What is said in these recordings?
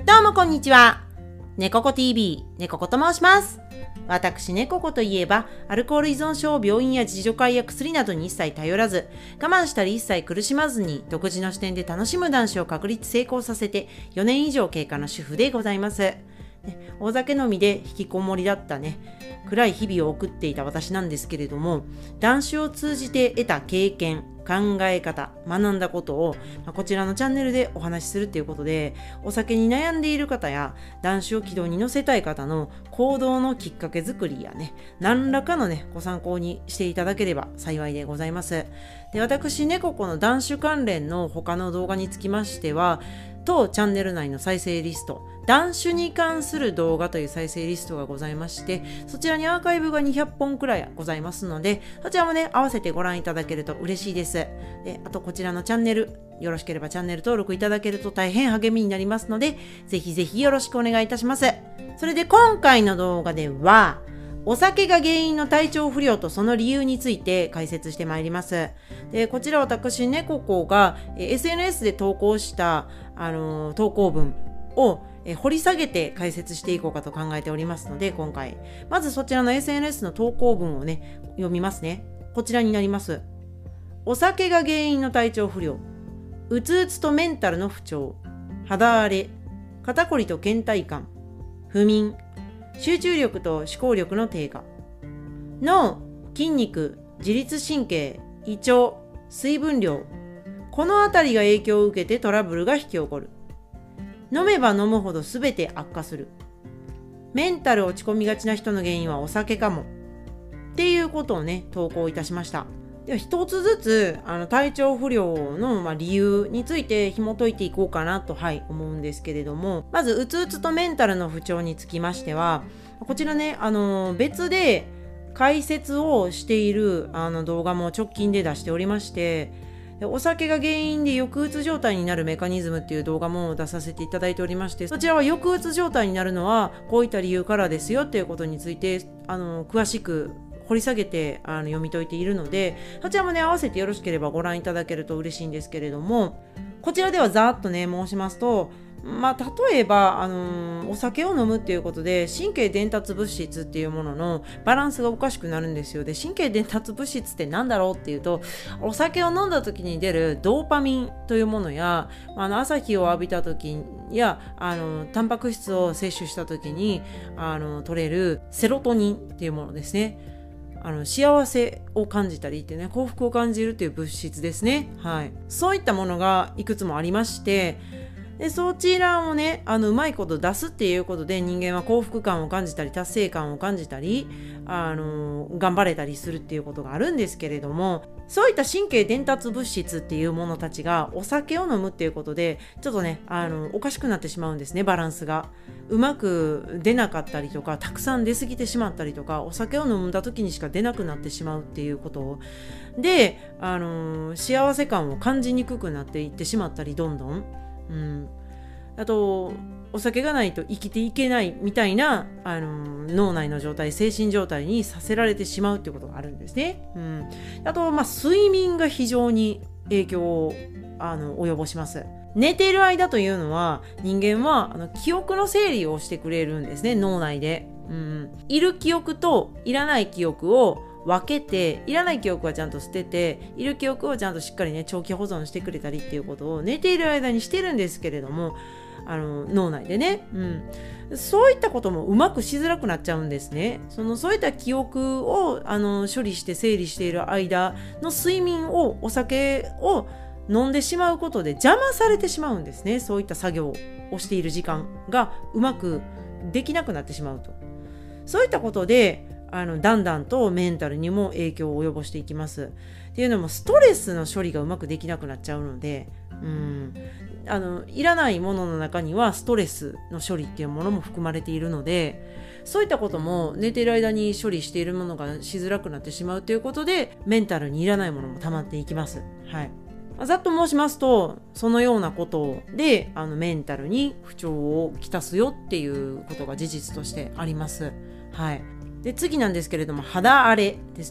どうもこんにちは。ねここ TV、ねここと申します。私ねここといえば、アルコール依存症を病院や自助会や薬などに一切頼らず、我慢したり一切苦しまずに、独自の視点で楽しむ男子を確立成功させて、4年以上経過の主婦でございます。大酒飲みで引きこもりだった暗い日々を送っていた私なんですけれども、断酒を通じて得た経験、考え方、学んだことを、こちらのチャンネルでお話しするということで、お酒に悩んでいる方や断酒を軌道に乗せたい方の行動のきっかけ作りや何らかのご参考にしていただければ幸いでございます。で、私ねここの断酒関連の他の動画につきましては、当チャンネル内の再生リスト、断酒に関する動画という再生リストがございまして、そちらにアーカイブが200本くらいございますので、そちらも合わせてご覧いただけると嬉しいです。で、あとこちらのチャンネル、よろしければチャンネル登録いただけると大変励みになりますので、ぜひぜひよろしくお願いいたします。それで今回の動画では、お酒が原因の体調不良とその理由について解説してまいります。で、こちら私ねここが SNS で投稿した投稿文を掘り下げて解説していこうかと考えておりますので、今回まずそちらの SNS の投稿文を読みますね。こちらになります。お酒が原因の体調不良、うつうつとメンタルの不調、肌荒れ、肩こりと倦怠感、不眠、集中力と思考力の低下、脳、筋肉、自律神経、胃腸、水分量、このあたりが影響を受けてトラブルが引き起こる。飲めば飲むほど全て悪化する。メンタル落ち込みがちな人の原因はお酒かも。っていうことを投稿いたしました。では一つずつ体調不良の理由について紐解いていこうかなと思うんですけれども、まずうつうつとメンタルの不調につきましては、こちら別で解説をしている動画も直近で出しておりまして、お酒が原因で抑うつ状態になるメカニズムっていう動画も出させていただいておりまして、そちらは抑うつ状態になるのはこういった理由からですよっていうことについて詳しく掘り下げて読み解いているので、そちらも合わせてよろしければご覧いただけると嬉しいんですけれども、こちらではざーっと申しますと、例えばお酒を飲むっていうことで神経伝達物質っていうもののバランスがおかしくなるんですよ。で、神経伝達物質って何だろうっていうと、お酒を飲んだ時に出るドーパミンというものや朝日を浴びた時やタンパク質を摂取した時に取れるセロトニンっていうものですね。幸せを感じたりって幸福を感じるという物質ですね。そういったものがいくつもありまして、でそちらをうまいこと出すっていうことで人間は幸福感を感じたり達成感を感じたり頑張れたりするっていうことがあるんですけれども、そういった神経伝達物質っていうものたちがお酒を飲むっていうことでちょっとおかしくなってしまうんですね。バランスがうまく出なかったりとか、たくさん出過ぎてしまったりとか、お酒を飲んだ時にしか出なくなってしまうっていうことで幸せ感を感じにくくなっていってしまったり、どんどんあとお酒がないと生きていけないみたいな脳内の状態、精神状態にさせられてしまうっていうことがあるんですね。あと睡眠が非常に影響を及ぼします。寝ている間というのは人間は記憶の整理をしてくれるんですね、脳内で。いる記憶といらない記憶を分けて、いらない記憶はちゃんと捨てて、いる記憶をちゃんとしっかり長期保存してくれたりっていうことを寝ている間にしてるんですけれども、脳内でそういったこともうまくしづらくなっちゃうんですね。そういった記憶を処理して整理している間の睡眠をお酒を飲んでしまうことで邪魔されてしまうんですね。そういった作業をしている時間がうまくできなくなってしまうと、そういったことでだんだんとメンタルにも影響を及ぼしていきます。っていうのもストレスの処理がうまくできなくなっちゃうので、いらないものの中にはストレスの処理っていうものも含まれているので、そういったことも寝ている間に処理しているものがしづらくなってしまうということで、メンタルにいらないものも溜まっていきます。ざっと申しますと、そのようなことでメンタルに不調をきたすよっていうことが事実としてあります。で、次なんですけれども、肌荒れですね。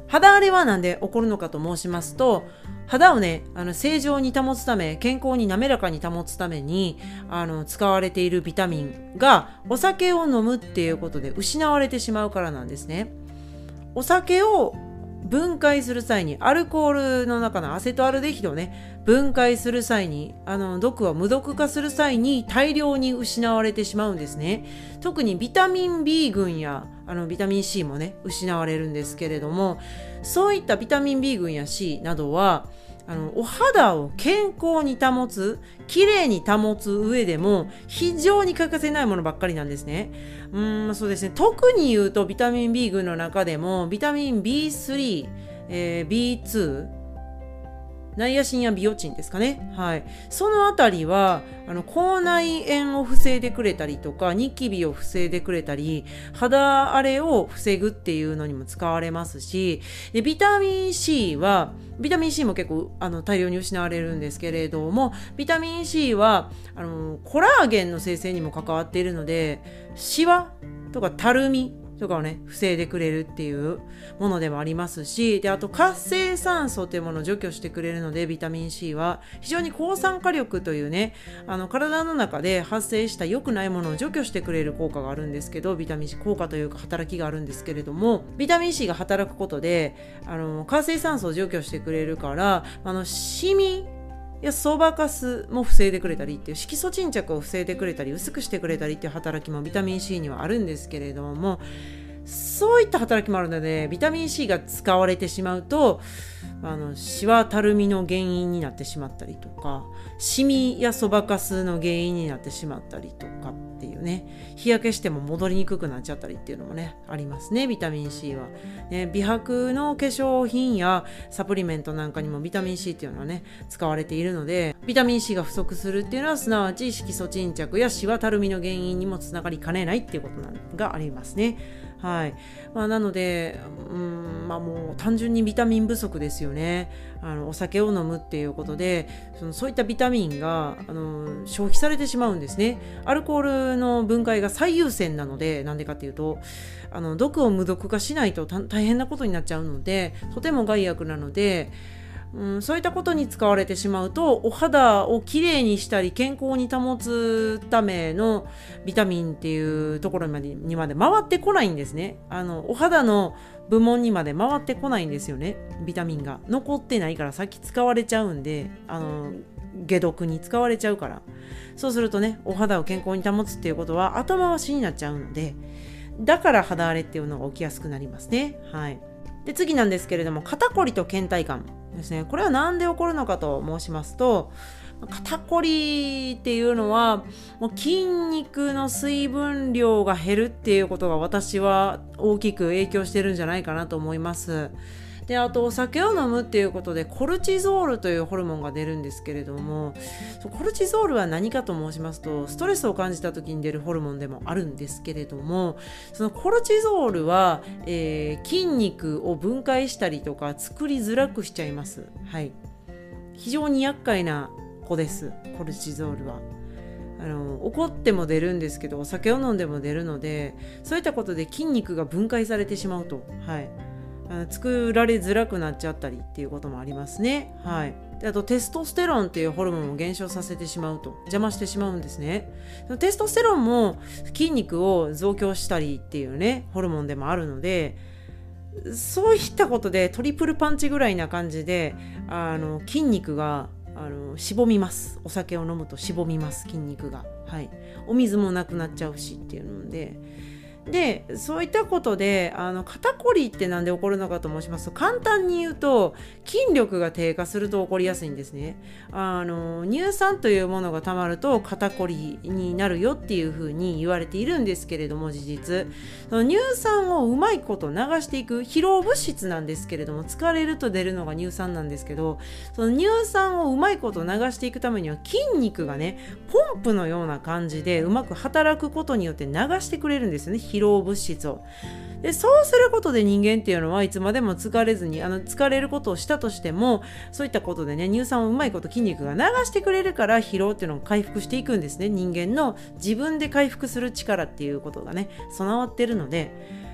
肌荒れはなんで起こるのかと申しますと、肌をね、正常に保つため、健康に滑らかに保つために使われているビタミンがお酒を飲むっていうことで失われてしまうからなんですね。お酒を分解する際に、アルコールの中のアセトアルデヒドをね、分解する際に、毒を無毒化する際に大量に失われてしまうんですね。特にビタミン B 群やビタミン C もね、失われるんですけれども、そういったビタミン B 群や C などは、お肌を健康に保つ、綺麗に保つ上でも非常に欠かせないものばっかりなんですね。そうですね。特に言うとビタミン B 群の中でもビタミン B3、B2、ナイアシンやビオチンですかね。はい。そのあたりは、口内炎を防いでくれたりとか、ニキビを防いでくれたり、肌荒れを防ぐっていうのにも使われますし、でビタミン C も結構大量に失われるんですけれども、ビタミン C はコラーゲンの生成にも関わっているので、シワとかたるみとかをね、防いでくれるっていうものでもありますし、で、あと活性酸素というものを除去してくれるので、ビタミン C は非常に抗酸化力というね、体の中で発生した良くないものを除去してくれる効果があるんですけど、ビタミン C 効果というか働きがあるんですけれども、ビタミン C が働くことで活性酸素を除去してくれるから、シミやそばかすも防いでくれたりっていう、色素沈着を防いでくれたり薄くしてくれたりっていう働きもビタミン C にはあるんですけれども、そういった働きもあるので、ビタミン C が使われてしまうとシワたるみの原因になってしまったりとか、シミやそばかすの原因になってしまったりとかっていうね、日焼けしても戻りにくくなっちゃったりっていうのもね、ありますね、ビタミン C は、ね、美白の化粧品やサプリメントなんかにもビタミン C っていうのはね、使われているので、ビタミン C が不足するっていうのはすなわち色素沈着やシワたるみの原因にもつながりかねないっていうことがありますね。はい。なので、もう単純にビタミン不足ですよね。お酒を飲むっていうことで、そういったビタミンが消費されてしまうんですね。アルコールの分解が最優先なので、なんでかっていうと、毒を無毒化しないと大変なことになっちゃうので、とても害悪なので、そういったことに使われてしまうと、お肌をきれいにしたり健康に保つためのビタミンっていうところにまで回ってこないんですね。お肌の部門にまで回ってこないんですよね。ビタミンが残ってないから先使われちゃうんで、解毒に使われちゃうから、そうするとね、お肌を健康に保つっていうことは後回しになっちゃうので、だから肌荒れっていうのが起きやすくなりますね。はい。で、次なんですけれども、肩こりと倦怠感ですね。これは何で起こるのかと申しますと、肩こりっていうのはもう筋肉の水分量が減るっていうことが私は大きく影響してるんじゃないかなと思います。で、あとお酒を飲むっていうことでコルチゾールというホルモンが出るんですけれども、コルチゾールは何かと申しますと、ストレスを感じた時に出るホルモンでもあるんですけれども、そのコルチゾールは、筋肉を分解したりとか作りづらくしちゃいます。はい。非常に厄介な子です、コルチゾールは。怒っても出るんですけど、お酒を飲んでも出るので、そういったことで筋肉が分解されてしまうと、はい、作られづらくなっちゃったりっていうこともありますね。はい。で、あとテストステロンっていうホルモンを減少させてしまうと、邪魔してしまうんですね。テストステロンも筋肉を増強したりっていうね、ホルモンでもあるので、そういったことでトリプルパンチぐらいな感じで筋肉がしぼみます。お酒を飲むとしぼみます、筋肉が。はい。お水もなくなっちゃうしっていうので、そういったことで肩こりってなんで起こるのかと申しますと、簡単に言うと筋力が低下すると起こりやすいんですね。乳酸というものがたまると肩こりになるよっていうふうに言われているんですけれども、事実その乳酸をうまいこと流していく疲労物質なんですけれども、疲れると出るのが乳酸なんですけど、その乳酸をうまいこと流していくためには筋肉がね、ポンプのような感じでうまく働くことによって流してくれるんですよね、疲労物質を。で、そうすることで人間っていうのはいつまでも疲れずに疲れることをしたとしても、そういったことでね、乳酸をうまいこと筋肉が流してくれるから疲労っていうのが回復していくんですね。人間の自分で回復する力っていうことがね備わってるので、た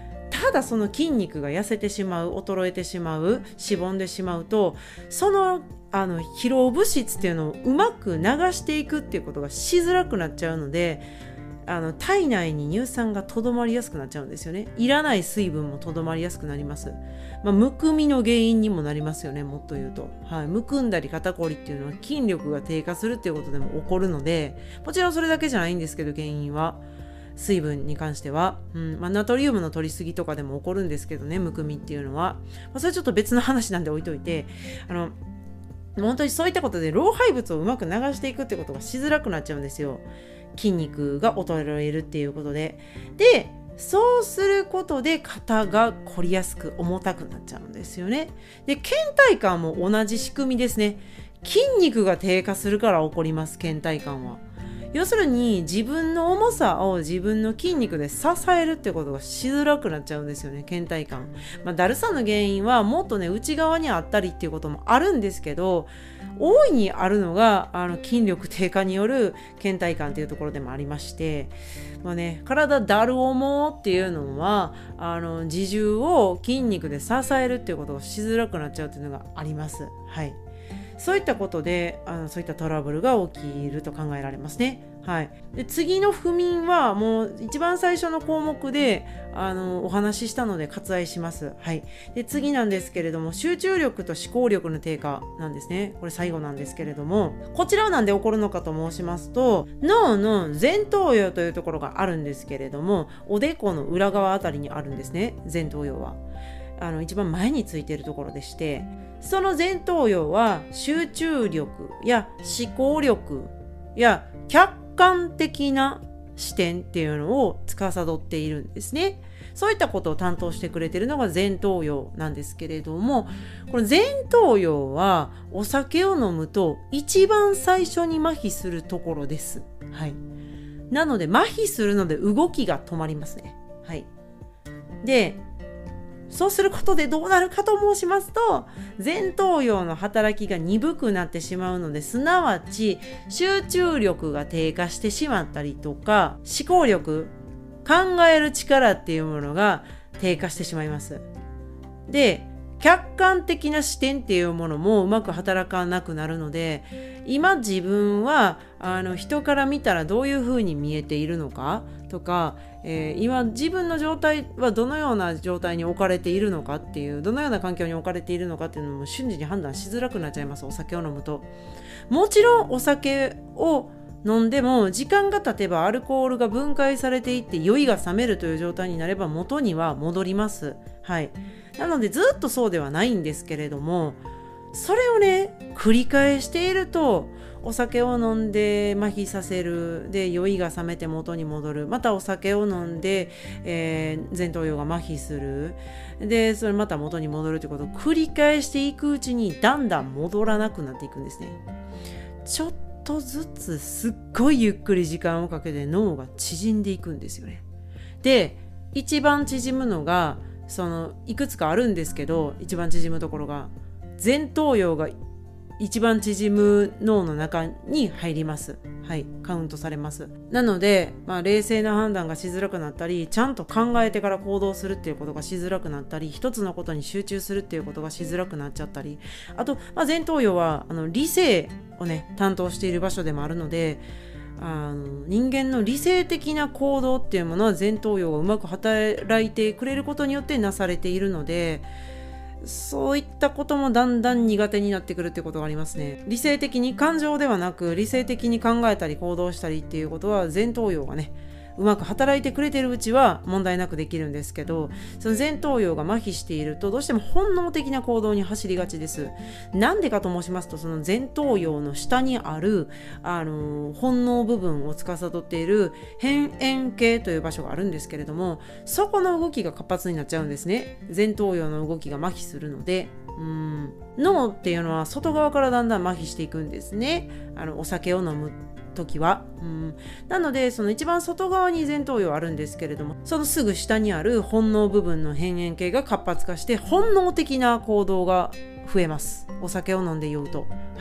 ただその筋肉が痩せてしまう、衰えてしまう、しぼんでしまうと、その疲労物質っていうのをうまく流していくっていうことがしづらくなっちゃうので、体内に乳酸がとどまりやすくなっちゃうんですよね。いらない水分もとどまりやすくなります。むくみの原因にもなりますよね、もっと言うと。むくんだり肩こりっていうのは筋力が低下するっていうことでも起こるので、もちろんそれだけじゃないんですけど、原因は水分に関しては、ナトリウムの摂りすぎとかでも起こるんですけどね、むくみっていうのは、それはちょっと別の話なんで置いといて、本当にそういったことで老廃物をうまく流していくってことがしづらくなっちゃうんですよ。筋肉が衰えるっていうことで。で、そうすることで肩が凝りやすく重たくなっちゃうんですよね。で、倦怠感も同じ仕組みですね。筋肉が低下するから起こります、倦怠感は。要するに自分の重さを自分の筋肉で支えるってことがしづらくなっちゃうんですよね、倦怠感。だるさの原因はもっとね、内側にあったりっていうこともあるんですけど、大いにあるのが筋力低下による倦怠感っていうところでもありまして、体だる重っていうのは自重を筋肉で支えるっていうことがしづらくなっちゃうっていうのがあります。はい。そういったことでそういったトラブルが起きると考えられますね。はい。で、次の不眠はもう一番最初の項目でお話ししたので割愛します。はい。で、次なんですけれども、集中力と思考力の低下なんですね。これ最後なんですけれども、こちらはなんで起こるのかと申しますと、脳の前頭葉というところがあるんですけれども、おでこの裏側あたりにあるんですね、前頭葉は。一番前についているところでして、その前頭葉は集中力や思考力や客観的な視点っていうのを司っているんですね。そういったことを担当してくれているのが前頭葉なんですけれども、この前頭葉はお酒を飲むと一番最初に麻痺するところです。はい。なので麻痺するので動きが止まりますね。はい。で、そうすることでどうなるかと申しますと、前頭葉の働きが鈍くなってしまうので、すなわち集中力が低下してしまったりとか、思考力、考える力っていうものが低下してしまいます。で、客観的な視点っていうものもうまく働かなくなるので、今自分は人から見たらどういうふうに見えているのかとか、今自分の状態はどのような状態に置かれているのかっていう、どのような環境に置かれているのかっていうのも瞬時に判断しづらくなっちゃいます、お酒を飲むと。もちろんお酒を飲んでも時間が経てばアルコールが分解されていって酔いが覚めるという状態になれば元には戻ります。はい。なのでずっとそうではないんですけれども、それをね繰り返していると、お酒を飲んで麻痺させる、で酔いが覚めて元に戻る、またお酒を飲んで、前頭葉が麻痺する、でそれまた元に戻るということを繰り返していくうちにだんだん戻らなくなっていくんですね。ちょっとずつすっごいゆっくり時間をかけて脳が縮んでいくんですよね。で、一番縮むのがいくつかあるんですけど、一番縮むところが前頭葉が一番縮む脳の中に入ります。はい、カウントされます。なので、冷静な判断がしづらくなったり、ちゃんと考えてから行動するっていうことがしづらくなったり、一つのことに集中するっていうことがしづらくなっちゃったり、あと、前頭葉は理性をね担当している場所でもあるので、人間の理性的な行動っていうものは前頭葉がうまく働いてくれることによってなされているので、そういったこともだんだん苦手になってくるってことがありますね。理性的に、感情ではなく理性的に考えたり行動したりっていうことは前頭葉がねうまく働いてくれてるうちは問題なくできるんですけど、その前頭葉が麻痺しているとどうしても本能的な行動に走りがちです。なんでかと申しますと、その前頭葉の下にある本能部分を司っている辺縁系という場所があるんですけれども、そこの動きが活発になっちゃうんですね。前頭葉の動きが麻痺するので、脳っていうのは外側からだんだん麻痺していくんですね。お酒を飲む時は、なのでその一番外側に前頭葉あるんですけれども、そのすぐ下にある本能部分の辺縁系が活発化して本能的な行動が増えます。お酒を飲んで酔うと、はい。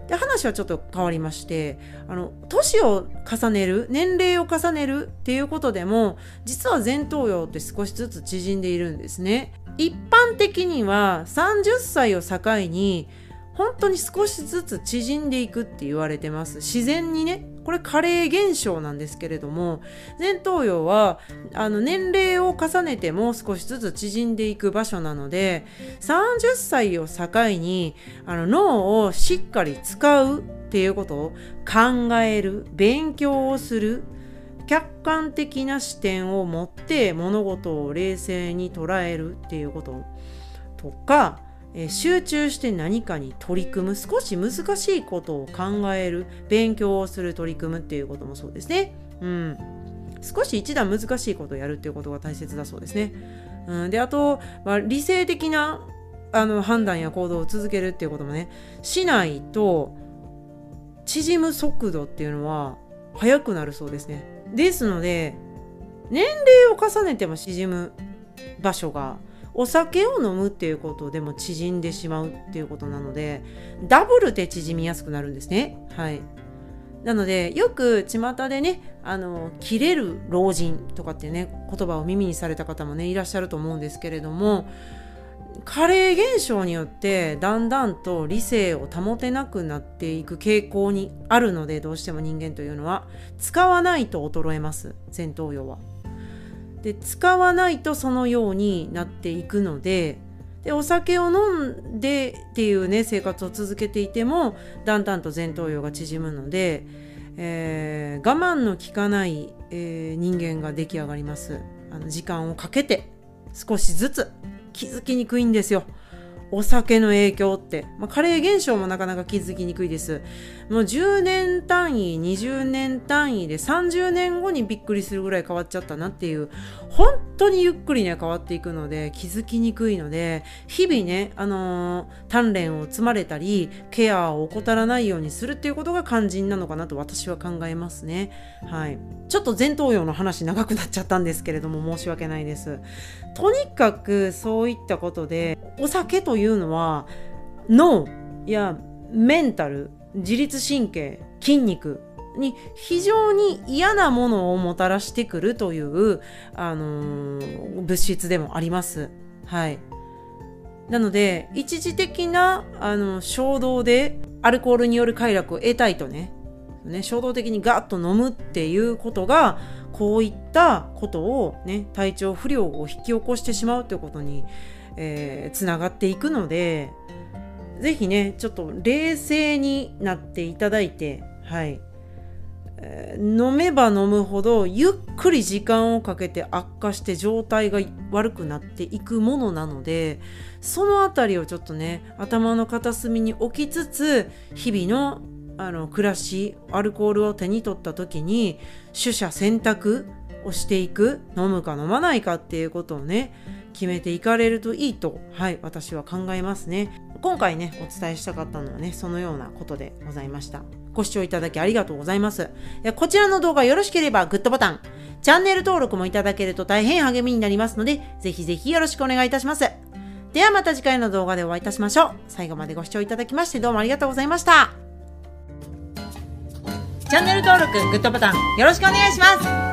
で、話はちょっと変わりまして、年を重ねる、年齢を重ねるっていうことでも、実は前頭葉って少しずつ縮んでいるんですね。一般的には30歳を境に、本当に少しずつ縮んでいくって言われてます。自然にね。これ加齢現象なんですけれども、前頭葉は年齢を重ねても少しずつ縮んでいく場所なので、30歳を境に脳をしっかり使うっていうことを考える、勉強をする、客観的な視点を持って物事を冷静に捉えるっていうこととか、集中して何かに取り組む、少し難しいことを考える、勉強をする、取り組むっていうこともそうですね。少し一段難しいことをやるっていうことが大切だそうですね。で、あと、理性的な判断や行動を続けるっていうこともね、しないと縮む速度っていうのは速くなるそうですね。ですので、年齢を重ねても縮む場所がお酒を飲むっていうことでも縮んでしまうっていうことなので、ダブルで縮みやすくなるんですね。はい。なので、よく巷でね、切れる老人とかってね、言葉を耳にされた方もね、いらっしゃると思うんですけれども、加齢現象によってだんだんと理性を保てなくなっていく傾向にあるので、どうしても人間というのは使わないと衰えます、前頭葉は。で、使わないとそのようになっていくので、お酒を飲んでっていうね、生活を続けていてもだんだんと前頭葉が縮むので、我慢の効かない、人間が出来上がります。時間をかけて少しずつ。気づきにくいんですよ、お酒の影響って。加齢現象もなかなか気づきにくいです。もう10年単位、20年単位で30年後にびっくりするぐらい変わっちゃったなっていう、本当にゆっくりね変わっていくので気づきにくいので、日々ね鍛錬を積まれたりケアを怠らないようにするっていうことが肝心なのかなと私は考えますね。はい。ちょっと前頭葉の話長くなっちゃったんですけれども申し訳ないです。とにかくそういったことで、お酒というのは脳やメンタル、自律神経、筋肉に非常に嫌なものをもたらしてくるという、物質でもあります。はい。なので一時的な衝動でアルコールによる快楽を得たいとね、衝動的にガッと飲むっていうことが、こういったことをね、体調不良を引き起こしてしまうということに、つながっていくので、ぜひねちょっと冷静になっていただいて、はい、飲めば飲むほどゆっくり時間をかけて悪化して状態が悪くなっていくものなので、そのあたりをちょっとね頭の片隅に置きつつ、日々の暮らし、アルコールを手に取った時に取捨選択をしていく、飲むか飲まないかっていうことをね決めていかれるといいと、はい、私は考えますね。今回ねお伝えしたかったのはね、そのようなことでございました。ご視聴いただきありがとうございます。こちらの動画よろしければグッドボタン、チャンネル登録もいただけると大変励みになりますので、ぜひぜひよろしくお願いいたします。ではまた次回の動画でお会いいたしましょう。最後までご視聴いただきましてどうもありがとうございました。チャンネル登録、グッドボタンよろしくお願いします。